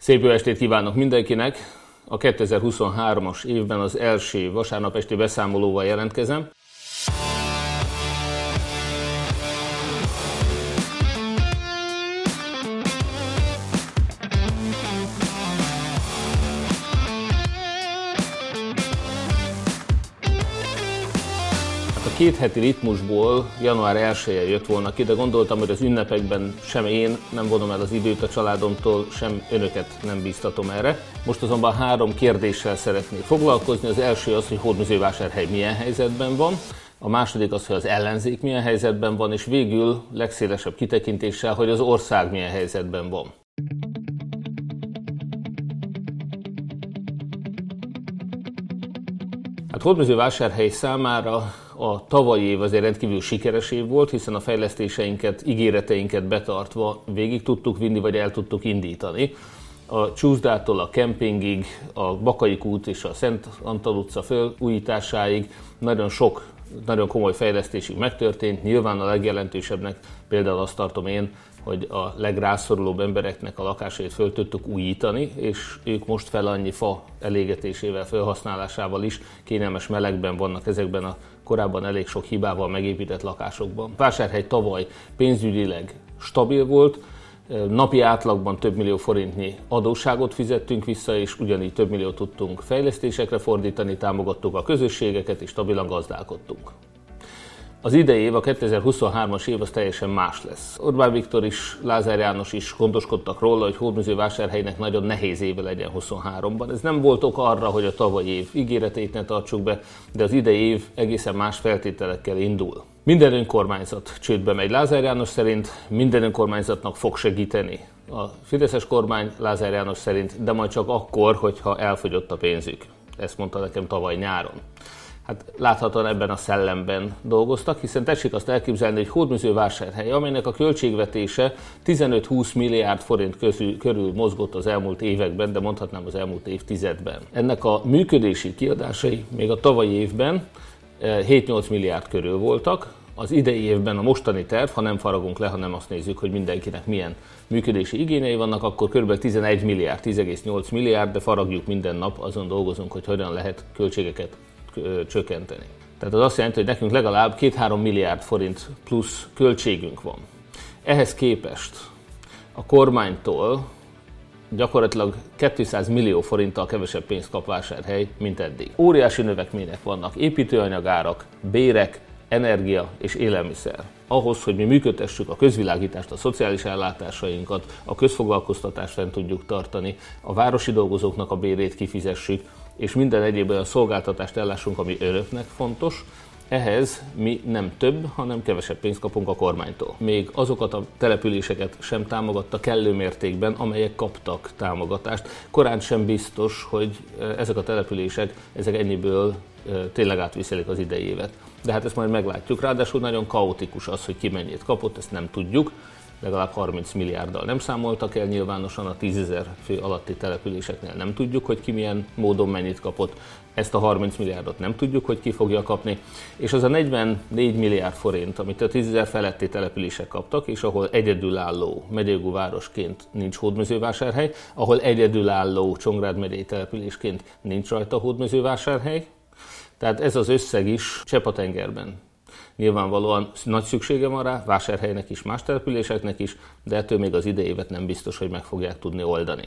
Szép jó estét kívánok mindenkinek! A 2023-as évben az első vasárnap esti beszámolóval jelentkezem. A két heti ritmusból január 1-je jött volna ki, de gondoltam, hogy az ünnepekben sem én nem vonom el az időt a családomtól, sem önöket nem bíztatom erre. Most azonban 3 kérdéssel szeretnék foglalkozni. Az első az, hogy Hódmezővásárhely milyen helyzetben van, a második az, hogy az ellenzék milyen helyzetben van, és végül legszélesebb kitekintéssel, hogy az ország milyen helyzetben van. Hát Hódmezővásárhely számára a tavalyi év azért rendkívül sikeres év volt, hiszen a fejlesztéseinket, ígéreteinket betartva végig tudtuk vinni, vagy el tudtuk indítani. A Csúszdától a kempingig, a Bakai kút és a Szent Antal utca felújításáig nagyon komoly fejlesztésig megtörtént. Nyilván a legjelentősebbnek például azt tartom én, hogy a legrászorulóbb embereknek a lakásait föl tudtuk újítani, és ők most fel annyi fa elégetésével, felhasználásával is kényelmes melegben vannak ezekben a korábban elég sok hibával megépített lakásokban. Vásárhely tavaly pénzügyileg stabil volt, napi átlagban több millió forintnyi adósságot fizettünk vissza, és ugyanígy több milliót tudtunk fejlesztésekre fordítani, támogattuk a közösségeket, és stabilan gazdálkodtunk. Az idei év, a 2023-as év az teljesen más lesz. Orbán Viktor is, Lázár János is gondoskodtak róla, hogy Hódmezővásárhelynek nagyon nehéz éve legyen 23-ban. Ez nem volt ok arra, hogy a tavalyi év ígéreteit ne tartsuk be, de az idei év egészen más feltételekkel indul. Minden önkormányzat csődbe megy Lázár János szerint, minden önkormányzatnak fog segíteni a fideszes kormány Lázár János szerint, de majd csak akkor, hogyha elfogyott a pénzük. Ezt mondta nekem tavaly nyáron. Hát láthatóan ebben a szellemben dolgoztak, hiszen tessék azt elképzelni, hogy Hódmezővásárhely, amelynek a költségvetése 15-20 milliárd forint körül mozgott az elmúlt években, de mondhatnám az elmúlt évtizedben. Ennek a működési kiadásai még a tavalyi évben 7-8 milliárd körül voltak. Az idei évben a mostani terv, ha nem faragunk le, hanem azt nézzük, hogy mindenkinek milyen működési igényei vannak, akkor kb. 11 milliárd, 10,8 milliárd, de faragjuk minden nap, azon dolgozunk, hogy hogyan lehet költségeket csökkenteni. Tehát az azt jelenti, hogy nekünk legalább 2-3 milliárd forint plusz költségünk van. Ehhez képest a kormánytól gyakorlatilag 200 millió forinttal kevesebb pénzt kap Vásárhely, mint eddig. Óriási növekmények vannak, építőanyagárak, bérek, energia és élelmiszer. Ahhoz, hogy mi működtessük a közvilágítást, a szociális ellátásainkat, a közfoglalkoztatást fent tudjuk tartani, a városi dolgozóknak a bérét kifizessük, és minden egyéb olyan szolgáltatást ellássunk, ami önöknek fontos, ehhez mi nem több, hanem kevesebb pénzt kapunk a kormánytól. Még azokat a településeket sem támogatta kellő mértékben, amelyek kaptak támogatást. Korán sem biztos, hogy ezek a települések ennyiből tényleg átviszelik az idei évet. De hát ezt majd meglátjuk. Ráadásul nagyon kaotikus az, hogy ki mennyit kapott, ezt nem tudjuk. Legalább 30 milliárddal nem számoltak el nyilvánosan, a 10 000 fő alatti településeknél nem tudjuk, hogy ki milyen módon mennyit kapott. Ezt a 30 milliárdot nem tudjuk, hogy ki fogja kapni. És az a 44 milliárd forint, amit a 10 000 feletti települések kaptak, és ahol egyedülálló megyei városként nincs Hódmezővásárhely, ahol egyedülálló Csongrád megyei településként nincs rajta Hódmezővásárhely. Tehát ez az összeg is csepp a tengerben. Nyilvánvalóan nagy szüksége van rá, Vásárhelynek is, más településeknek is, de ettől még az idei évet nem biztos, hogy meg fogják tudni oldani.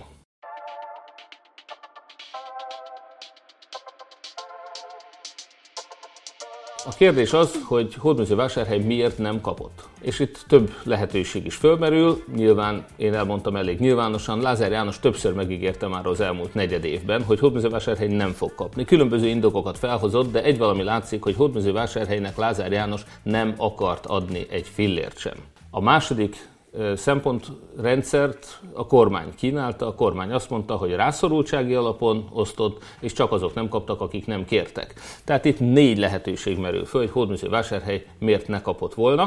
A kérdés az, hogy Hódmezővásárhely miért nem kapott. És itt több lehetőség is fölmerül, nyilván én elmondtam elég nyilvánosan, Lázár János többször megígérte már az elmúlt negyed évben, hogy Hódmezővásárhely nem fog kapni. Különböző indokokat felhozott, de egy valami látszik, hogy Hódmezővásárhelynek Lázár János nem akart adni egy fillért sem. A második szempontrendszert a kormány kínálta, a kormány azt mondta, hogy rászorultsági alapon osztott, és csak azok nem kaptak, akik nem kértek. Tehát itt 4 lehetőség merül föl, hogy Hódmezővásárhely miért ne kapott volna.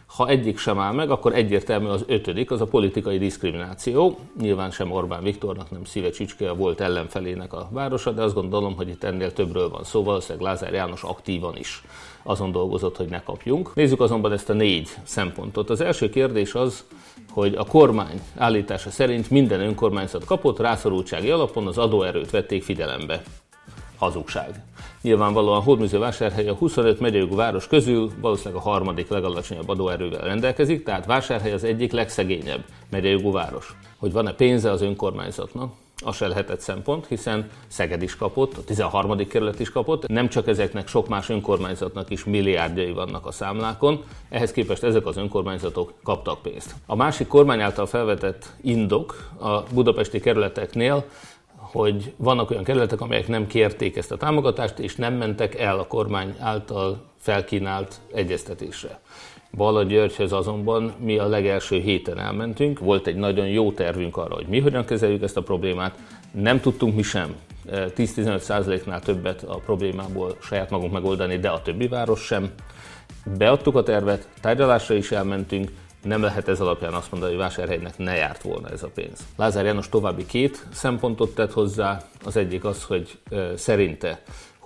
Ha egyik sem áll meg, akkor egyértelmű az ötödik, az a politikai diszkrimináció. Nyilván sem Orbán Viktornak, nem szíve csücske a volt ellenfelének a városa, de azt gondolom, hogy itt ennél többről van szó, valószínűleg Lázár János aktívan is azon dolgozott, hogy ne kapjunk. Nézzük azonban ezt a 4 szempontot. Az első kérdés az, hogy a kormány állítása szerint minden önkormányzat kapott, rászorultsági alapon az adóerőt vették figyelembe. Hazugság. Nyilvánvalóan Hódmezővásárhely a 25 megyei város közül valószínűleg a 3. legalacsonyabb adóerővel rendelkezik, tehát Vásárhely az egyik legszegényebb megyei város. Hogy van-e pénze az önkormányzatnak? Az se lehetett szempont, hiszen Szeged is kapott, a 13. kerület is kapott, nem csak ezeknek, sok más önkormányzatnak is milliárdjai vannak a számlákon, ehhez képest ezek az önkormányzatok kaptak pénzt. A másik kormány által felvetett indok a budapesti kerületeknél, hogy vannak olyan kerületek, amelyek nem kérték ezt a támogatást, és nem mentek el a kormány által felkínált egyeztetésre. Balagyörgyhöz azonban mi a legelső héten elmentünk, volt egy nagyon jó tervünk arra, hogy mi hogyan kezeljük ezt a problémát, nem tudtunk mi sem 10-15%-nál többet a problémából saját magunk megoldani, de a többi város sem. Beadtuk a tervet, tárgyalásra is elmentünk, nem lehet ez alapján azt mondani, hogy Vásárhelynek ne járt volna ez a pénz. Lázár János további 2 szempontot tett hozzá, az egyik az, hogy szerinte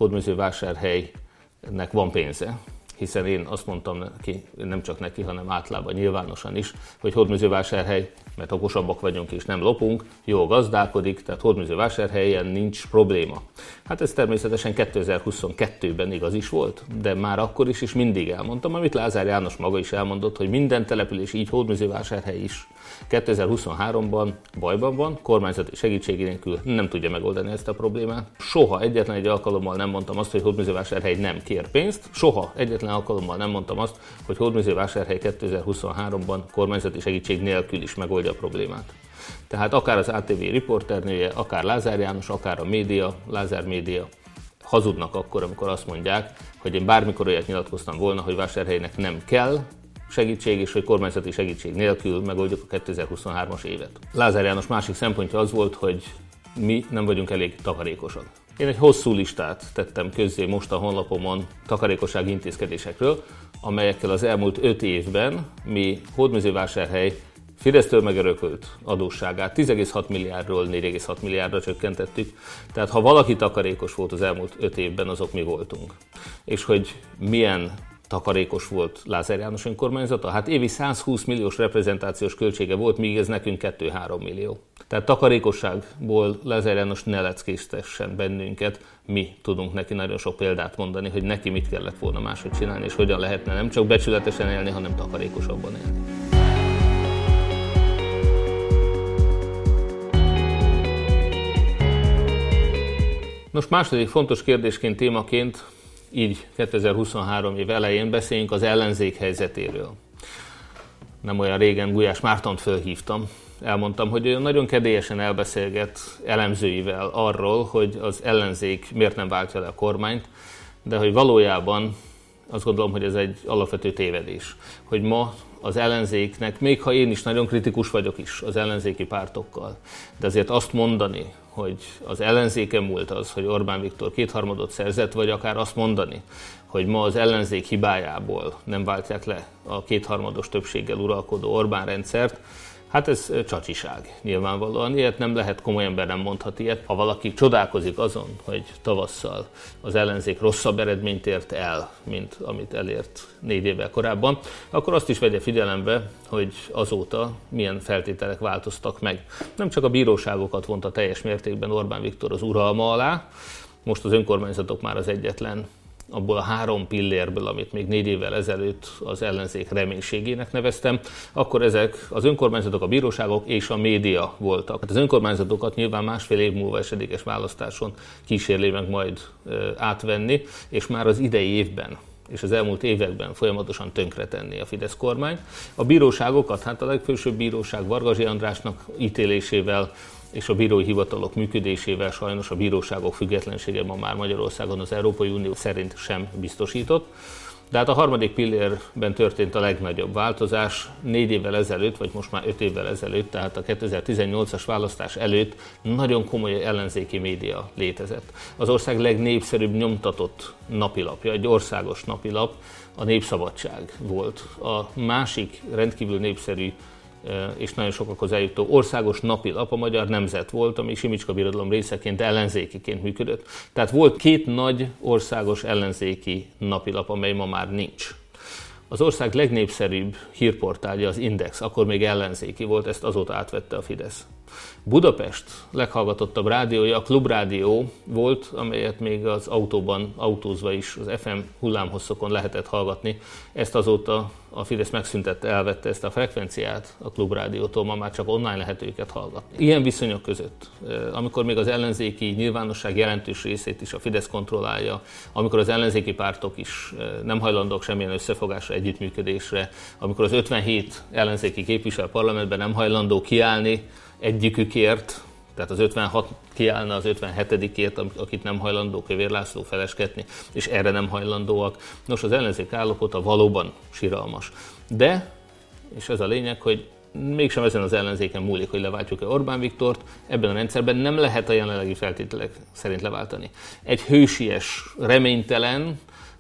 Hódmezővásárhelynek van pénze, hiszen én azt mondtam neki, nem csak neki, hanem általában nyilvánosan is, hogy Hódmezővásárhely, mert okosabbak vagyunk és nem lopunk, jól gazdálkodik, tehát Hódmezővásárhelyen nincs probléma. Hát ez természetesen 2022-ben igaz is volt, de már akkor is mindig elmondtam, amit Lázár János maga is elmondott, hogy minden település, így Hódmezővásárhely is 2023-ban bajban van, kormányzati segítség nélkül nem tudja megoldani ezt a problémát. Soha egyetlen egy alkalommal nem mondtam azt, hogy Hódmezővásárhely nem kér pénzt, soha egyetlen alkalommal nem mondtam azt, hogy Hódmezővásárhely 2023-ban kormányzati segítség nélkül is megoldja a problémát. Tehát akár az ATV riporternője, akár Lázár János, akár a média, Lázár média hazudnak akkor, amikor azt mondják, hogy én bármikor olyat nyilatkoztam volna, hogy Vásárhelynek nem kell segítség, és hogy kormányzati segítség nélkül megoldjuk a 2023-as évet. Lázár János másik szempontja az volt, hogy mi nem vagyunk elég takarékosak. Én egy hosszú listát tettem közzé most a honlapomon takarékossági intézkedésekről, amelyekkel az elmúlt 5 évben mi Hódmezővásárhely Fidesztől megörökölt adósságát 10,6 milliárdról 4,6 milliárdra csökkentettük. Tehát ha valaki takarékos volt az elmúlt 5 évben, azok mi voltunk. És hogy milyen takarékos volt Lázár János önkormányzata? Hát évi 120 milliós reprezentációs költsége volt, míg ez nekünk 2-3 millió. Tehát takarékosságból Lázár János ne leckésztessen bennünket, mi tudunk neki nagyon sok példát mondani, hogy neki mit kellett volna máshogy csinálni, és hogyan lehetne nem csak becsületesen élni, hanem takarékosabban élni. Nos, második fontos kérdésként, témaként, így 2023 év elején beszéljünk az ellenzék helyzetéről. Nem olyan régen Gulyás Mártont fölhívtam. Elmondtam, hogy olyan nagyon kedélyesen elbeszélget elemzőivel arról, hogy az ellenzék miért nem váltja le a kormányt, de hogy valójában azt gondolom, hogy ez egy alapvető tévedés. Hogy ma az ellenzéknek, még ha én is nagyon kritikus vagyok is az ellenzéki pártokkal, de azért azt mondani, hogy az ellenzéken múlt az, hogy Orbán Viktor 2/3 szerzett, vagy akár azt mondani, hogy ma az ellenzék hibájából nem váltják le a 2/3 többséggel uralkodó Orbán rendszert, hát ez csacsiság nyilvánvalóan. Ilyet nem lehet, komoly ember nem mondhat ilyet. Ha valaki csodálkozik azon, hogy tavasszal az ellenzék rosszabb eredményt ért el, mint amit elért 4 évvel korábban, akkor azt is vegye figyelembe, hogy azóta milyen feltételek változtak meg. Nem csak a bíróságokat vonta teljes mértékben Orbán Viktor az uralma alá, most az önkormányzatok már az egyetlen abból a 3 pillérből, amit még 4 évvel ezelőtt az ellenzék reménységének neveztem, akkor ezek az önkormányzatok, a bíróságok és a média voltak. Hát az önkormányzatokat nyilván 1,5 év múlva esedékes választáson kísérli meg majd átvenni, és már az idei évben és az elmúlt években folyamatosan tönkretenni a Fidesz kormány. A bíróságokat, hát a legfelsőbb bíróság Vargasi Andrásnak ítélésével és a bírói hivatalok működésével sajnos a bíróságok függetlensége ma már Magyarországon az Európai Unió szerint sem biztosított. De hát a harmadik pillérben történt a legnagyobb változás. 4 évvel ezelőtt, vagy most már 5 évvel ezelőtt, tehát a 2018-as választás előtt nagyon komoly ellenzéki média létezett. Az ország legnépszerűbb nyomtatott napilapja, egy országos napilap, a Népszabadság volt. A másik rendkívül népszerű és nagyon sokakhoz eljutó országos napilap a Magyar Nemzet volt, ami Simicska Birodalom részeként ellenzékiként működött. Tehát volt 2 nagy országos ellenzéki napilap, amely ma már nincs. Az ország legnépszerűbb hírportálja az Index, akkor még ellenzéki volt, ezt azóta átvette a Fidesz. Budapest leghallgatottabb rádiója a Klubrádió volt, amelyet még az autóban autózva is az FM hullámhosszokon lehetett hallgatni. Ezt azóta a Fidesz megszüntette, elvette ezt a frekvenciát a Klubrádiótól, ma már csak online lehet őket hallgatni. Ilyen viszonyok között, amikor még az ellenzéki nyilvánosság jelentős részét is a Fidesz kontrollálja, amikor az ellenzéki pártok is nem hajlandók semmilyen összefogásra, együttműködésre, amikor az 57 ellenzéki képviselő parlamentben nem hajlandó kiállni egyikükért, tehát az 56 kiállna az 57-ért, akit nem hajlandó Kövér László feleskedni, és erre nem hajlandóak. Nos, az ellenzék állapota valóban siralmas. De, és ez a lényeg, hogy mégsem ezen az ellenzéken múlik, hogy leváltjuk-e Orbán Viktort, ebben a rendszerben nem lehet a jelenlegi feltételek szerint leváltani. Egy hősies, reménytelen,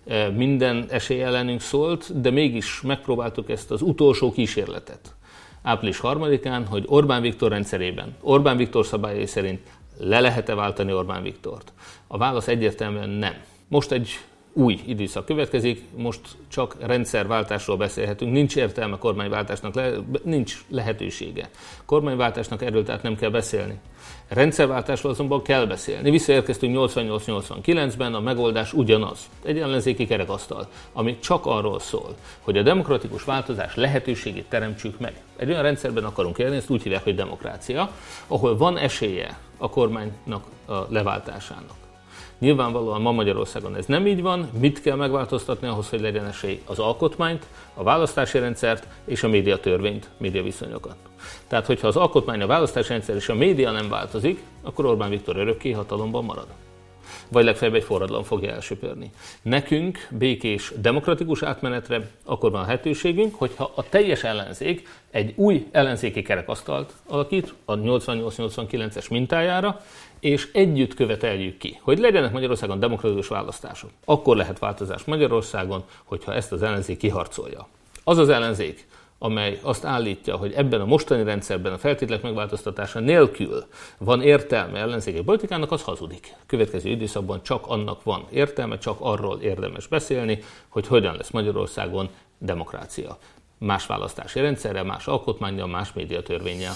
minden esély ellenünk szólt, de mégis megpróbáltuk ezt az utolsó kísérletet. Április 3-án, hogy Orbán Viktor rendszerében, Orbán Viktor szabályai szerint le lehet-e váltani Orbán Viktort? A válasz egyértelműen nem. Most egy új időszak következik, most csak rendszerváltásról beszélhetünk, nincs értelme kormányváltásnak, nincs lehetősége. Kormányváltásnak erről tehát nem kell beszélni. Rendszerváltásról azonban kell beszélni. Visszaérkeztünk 88-89-ben, a megoldás ugyanaz. Egy ellenzéki kerekasztal, ami csak arról szól, hogy a demokratikus változás lehetőségét teremtsük meg. Egy olyan rendszerben akarunk élni, ezt úgy hívják, hogy demokrácia, ahol van esélye a kormánynak a leváltásának. Nyilvánvalóan ma Magyarországon ez nem így van. Mit kell megváltoztatni ahhoz, hogy legyen esély? Az alkotmányt, a választási rendszert és a médiatörvényt, médiaviszonyokat. Tehát, hogyha az alkotmány, a választási rendszer és a média nem változik, akkor Orbán Viktor örökké hatalomban marad. Vagy legfeljebb egy forradalom fogja elsöpörni. Nekünk békés, demokratikus átmenetre akkor van lehetőségünk, hogyha a teljes ellenzék egy új ellenzéki kerekasztalt alakít a 88-89-es mintájára, és együtt követeljük ki, hogy legyenek Magyarországon demokratikus választások. Akkor lehet változás Magyarországon, hogyha ezt az ellenzék kiharcolja. Az az ellenzék, amely azt állítja, hogy ebben a mostani rendszerben a feltételek megváltoztatása nélkül van értelme ellenzéki politikának, az hazudik. Következő időszakban csak annak van értelme, csak arról érdemes beszélni, hogy hogyan lesz Magyarországon demokrácia. Más választási rendszerrel, más alkotmánnyal, más médiatörvénnyel.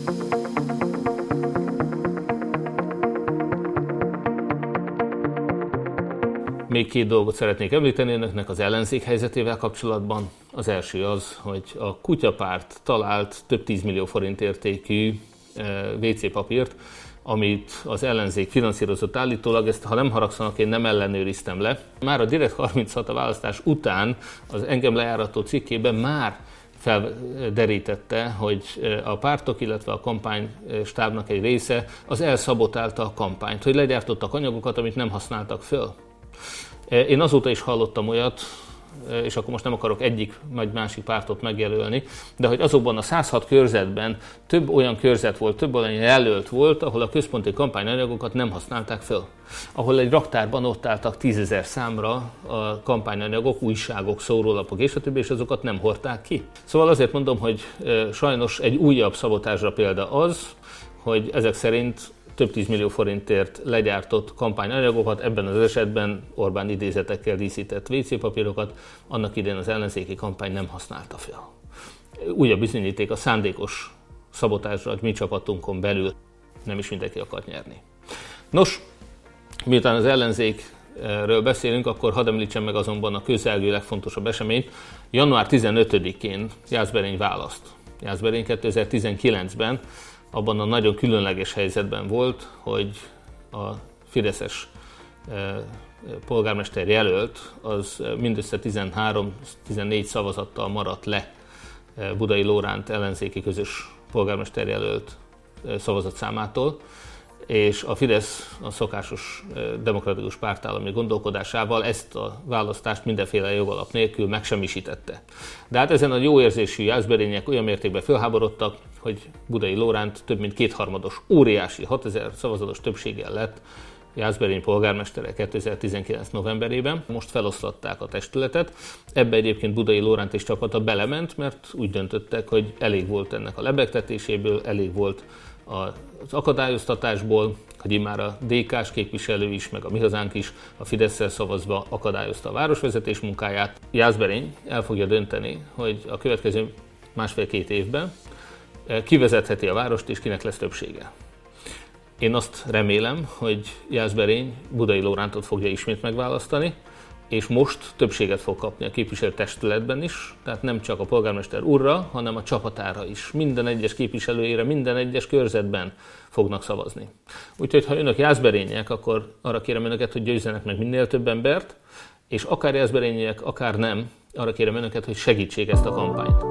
Még 2 dolgot szeretnék említeni önöknek az ellenzék helyzetével kapcsolatban. Az első az, hogy a Kutyapárt talált több 10 millió forint értékű WC papírt, amit az ellenzék finanszírozott állítólag, ezt ha nem haragszanak, én nem ellenőriztem le. Már a Direkt 36 a választás után az engem lejárató cikkében már felderítette, hogy a pártok, illetve a kampánystábnak egy része az elszabotálta a kampányt, hogy legyártottak anyagokat, amit nem használtak föl. Én azóta is hallottam olyat, és akkor most nem akarok egyik vagy másik pártot megjelölni, de hogy azokban a 106 körzetben több olyan körzet volt, több olyan jelölt volt, ahol a központi kampányanyagokat nem használták föl. Ahol egy raktárban ott álltak 10 000 számra a kampányanyagok, újságok, szórólapok és a többi, és azokat nem hordták ki. Szóval azért mondom, hogy sajnos egy újabb szabotázsra példa az, hogy ezek szerint több 10 millió forintért legyártott kampányanyagokat, ebben az esetben Orbán idézetekkel díszített WC papírokat, annak idején az ellenzéki kampány nem használta fel. Újabb bizonyíték a szándékos szabotázsra, hogy mi csapatunkon belül nem is mindenki akart nyerni. Nos, miután az ellenzékről beszélünk, akkor hadd említsem meg azonban a közelgő legfontosabb eseményt. Január 15-én Jászberény választ. Jászberény 2019-ben abban a nagyon különleges helyzetben volt, hogy a fideszes polgármester jelölt az mindössze 13-14 szavazattal maradt le Budai Lóránt ellenzéki közös polgármester jelölt szavazatszámától. és a Fidesz a szokásos demokratikus pártállami gondolkodásával ezt a választást mindenféle jogalap nélkül megsemmisítette. De hát ezen a jó érzésű jászberények olyan mértékben felháborodtak, hogy Budai Lóránt több mint kétharmados, óriási 6000 szavazatos többséggel lett Jászberény polgármestere 2019. novemberében. Most feloszlatták a testületet. Ebbe egyébként Budai Lóránt és csapata belement, mert úgy döntöttek, hogy elég volt ennek a lebegtetéséből, elég volt az akadályoztatásból, hogy immár a DK-s képviselő is, meg a Mi Hazánk is a Fidesszel szavazva akadályozta a városvezetés munkáját. Jászberény el fogja dönteni, hogy a következő másfél-két évben kivezetheti a várost és kinek lesz többsége. Én azt remélem, hogy Jászberény Budai Lórántot fogja ismét megválasztani, és most többséget fog kapni a képviselőtestületben is, tehát nem csak a polgármester úrra, hanem a csapatára is. Minden egyes képviselőjére, minden egyes körzetben fognak szavazni. Úgyhogy ha önök jászberények, akkor arra kérem önöket, hogy győzzenek meg minél több embert, és akár jászberények, akár nem, arra kérem önöket, hogy segítsék ezt a kampányt.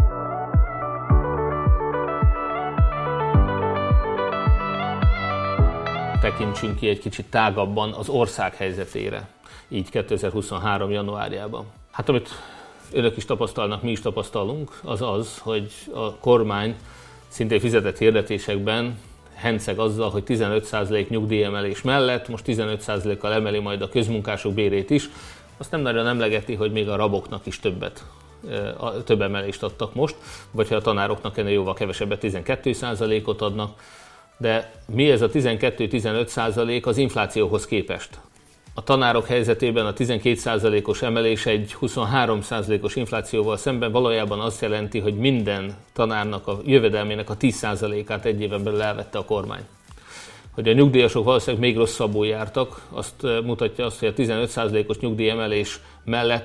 Tekintsünk ki egy kicsit tágabban az ország helyzetére, így 2023. januárjában. Hát amit önök is tapasztalnak, mi is tapasztalunk, az az, hogy a kormány szintén fizetett hirdetésekben henceg azzal, hogy 15% nyugdíjemelés mellett most 15%-kal emeli majd a közmunkások bérét is. Azt nem nagyon emlegeti, hogy még a raboknak is több emelést adtak most, vagy ha a tanároknak ennél jóval kevesebbet, 12%-ot adnak. De mi ez a 12-15% az inflációhoz képest? A tanárok helyzetében a 12%-os emelés egy 23%-os inflációval szemben valójában azt jelenti, hogy minden tanárnak a jövedelmének a 10%-át egy éven belül elvette a kormány. Hogy a nyugdíjasok valószínűleg még rosszabbul jártak, azt mutatja azt, hogy a 15%-os nyugdíjemelés mellett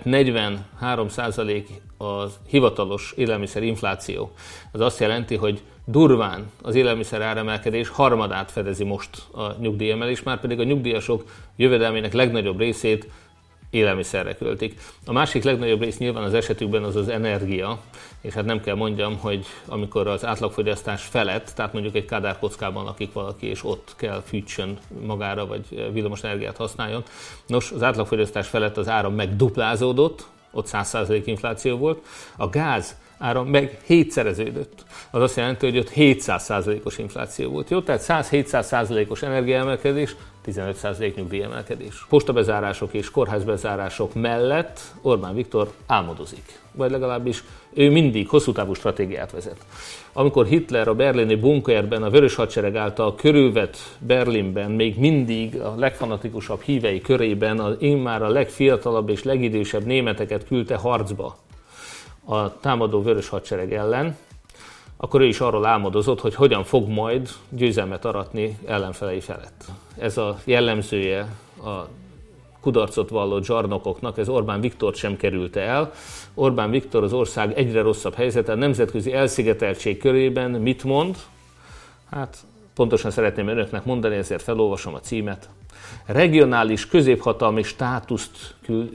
43% az hivatalos élelmiszerinfláció. Ez azt jelenti, hogy durván az élelmiszer áremelkedés harmadát fedezi most a nyugdíjemelés, már pedig a nyugdíjasok jövedelmének legnagyobb részét élelmiszerre költik. A másik legnagyobb rész nyilván az esetükben az energia, és hát nem kell mondjam, hogy amikor az átlagfogyasztás felett, tehát mondjuk egy kádárkockában lakik valaki, és ott kell fűtsön magára, vagy villamosenergiát használjon. Nos, az átlagfogyasztás felett az áram megduplázódott, ott 100% infláció volt, a gáz áram meg 7-szereződött. Az azt jelenti, hogy ott 700%-os infláció volt. Jó, tehát 100-700%-os energiaemelkedés, 15% nyugdíjemelkedés. Postabezárások és kórházbezárások mellett Orbán Viktor álmodozik. Vagy legalábbis ő mindig hosszú távú stratégiát vezet. Amikor Hitler a berlini bunkerben, a Vörös Hadsereg által körülvett Berlinben még mindig a legfanatikusabb hívei körében immár a legfiatalabb és legidősebb németeket küldte harcba a támadó Vörös Hadsereg ellen, akkor ő is arról álmodozott, hogy hogyan fog majd győzelmet aratni ellenfelei felett. Ez a jellemzője a kudarcot vallott zsarnokoknak, ez Orbán Viktort sem kerülte el. Orbán Viktor az ország egyre rosszabb helyzete, a nemzetközi elszigeteltség körében mit mond? Hát pontosan szeretném önöknek mondani, ezért felolvasom a címet. Regionális középhatalmi státuszt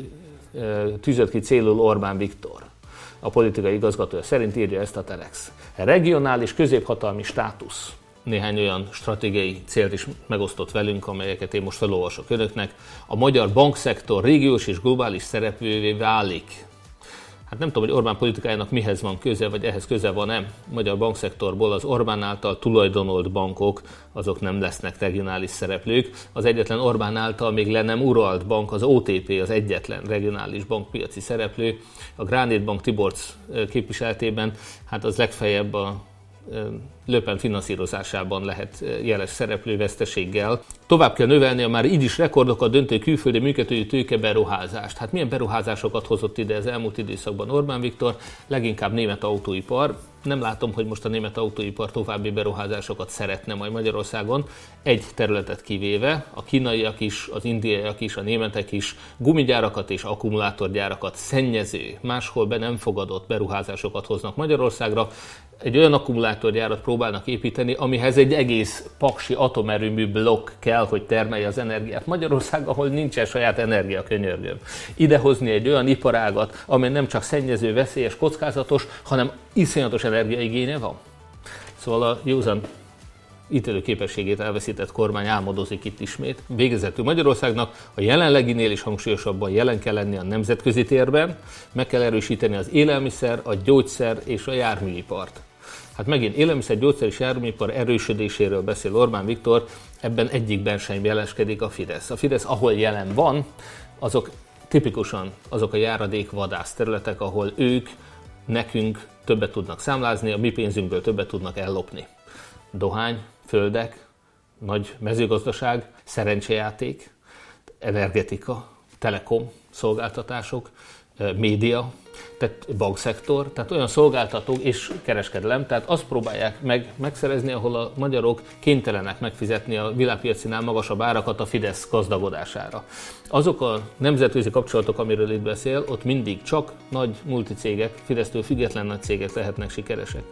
tűzött ki célul Orbán Viktor. A politikai igazgatója szerint írja ezt a Telex. Regionális középhatalmi státusz. Néhány olyan stratégiai célt is megosztott velünk, amelyeket én most felolvasok önöknek. A magyar bankszektor régiós és globális szereplővé válik. Hát nem tudom, hogy Orbán politikájának mihez van köze, vagy ehhez köze van-e. A magyar bankszektorból az Orbán által tulajdonolt bankok, azok nem lesznek regionális szereplők. Az egyetlen Orbán által még le nem uralt bank, az OTP az egyetlen regionális bankpiaci szereplő. A Granit Bank Tiborcs képviseletében, hát az legfeljebb a Le Pen finanszírozásában lehet jeles szereplő veszteséggel. Tovább kell növelni a már így is rekordokat döntő külföldi működő tőkeberuházást. Hát milyen beruházásokat hozott ide az elmúlt időszakban Orbán Viktor? Leginkább német autóipar. Nem látom, hogy most a német autóipar további beruházásokat szeretne majd Magyarországon. Egy területet kivéve, a kínaiak is, az indiaiak is, a németek is gumigyárakat és akkumulátorgyárakat szennyező, máshol be nem fogadott beruházásokat hoznak Magyarországra. Egy olyan akkumulátorgyárat próbálnak építeni, amihez egy egész paksi atomerőmű blokk kell, hogy termelje az energiát. Magyarország, ahol nincsen saját energia, könyörgöm. Idehozni egy olyan iparágat, amely nem csak szennyező, veszélyes, kockázatos, hanem iszonyatos energiaigénye van. Szóval a józan ítélő képességét elveszített kormány álmodozik itt ismét. Végezetül Magyarországnak a jelenleginél is hangsúlyosabban jelen kell lenni a nemzetközi térben, meg kell erősíteni az élelmiszer, a gyógyszer és a járműipart. Hát megint élelmiszer, gyógyszer és járműipar erősödéséről beszél Orbán Viktor, ebben egyikben sem jeleskedik a Fidesz. A Fidesz, ahol jelen van, azok tipikusan azok a járadékvadász területek, ahol ők nekünk többet tudnak számlázni, a mi pénzünkből többet tudnak ellopni. Dohány, földek, nagy mezőgazdaság, szerencsejáték, energetika, telekom szolgáltatások, média, tehát bankszektor, tehát olyan szolgáltatók és kereskedelem, tehát azt próbálják megszerezni, ahol a magyarok kénytelenek megfizetni a világpiacinál magasabb árakat a Fidesz gazdagodására. Azok a nemzetközi kapcsolatok, amiről itt beszél, ott mindig csak nagy multicégek, Fidesztől független nagy cégek lehetnek sikeresek.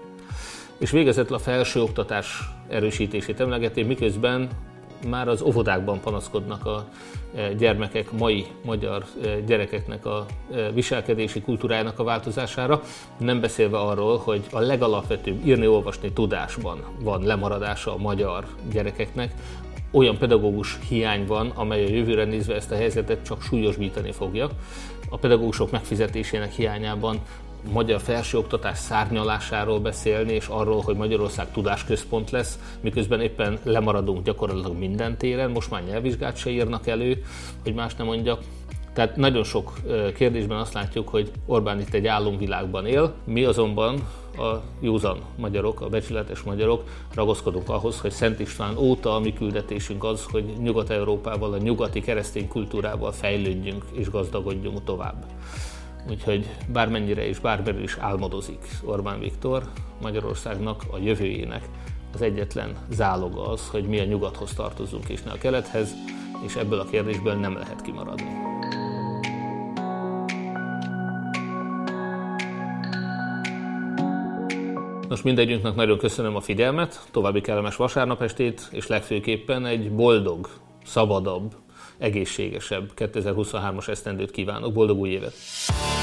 És végezetül a felsőoktatás erősítését emlegeti, miközben már az óvodákban panaszkodnak a gyermekek, mai magyar gyerekeknek a viselkedési kultúrájának a változására, nem beszélve arról, hogy a legalapvetőbb írni-olvasni tudásban van lemaradása a magyar gyerekeknek. Olyan pedagógus hiány van, amely a jövőre nézve ezt a helyzetet csak súlyosbítani fogja. A pedagógusok megfizetésének hiányában magyar felsőoktatás szárnyalásáról beszélni, és arról, hogy Magyarország tudásközpont lesz, miközben éppen lemaradunk gyakorlatilag minden téren, most már nyelvvizsgát se írnak elő, hogy más nem mondjak. Tehát nagyon sok kérdésben azt látjuk, hogy Orbán itt egy álomvilágban él, mi azonban a józan magyarok, a becsületes magyarok ragaszkodunk ahhoz, hogy Szent István óta a mi küldetésünk az, hogy Nyugat-Európával, a nyugati keresztény kultúrával fejlődjünk és gazdagodjunk tovább. Úgyhogy bármennyire és bármerre is álmodozik Orbán Viktor, Magyarországnak a jövőjének az egyetlen záloga az, hogy mi a nyugathoz tartozunk és ne a kelethez, és ebből a kérdésből nem lehet kimaradni. Most mindegyünknek nagyon köszönöm a figyelmet, további kellemes vasárnapestét, és legfőképpen egy boldog, szabadabb, egészségesebb 2023-as esztendőt kívánok. Boldog új évet!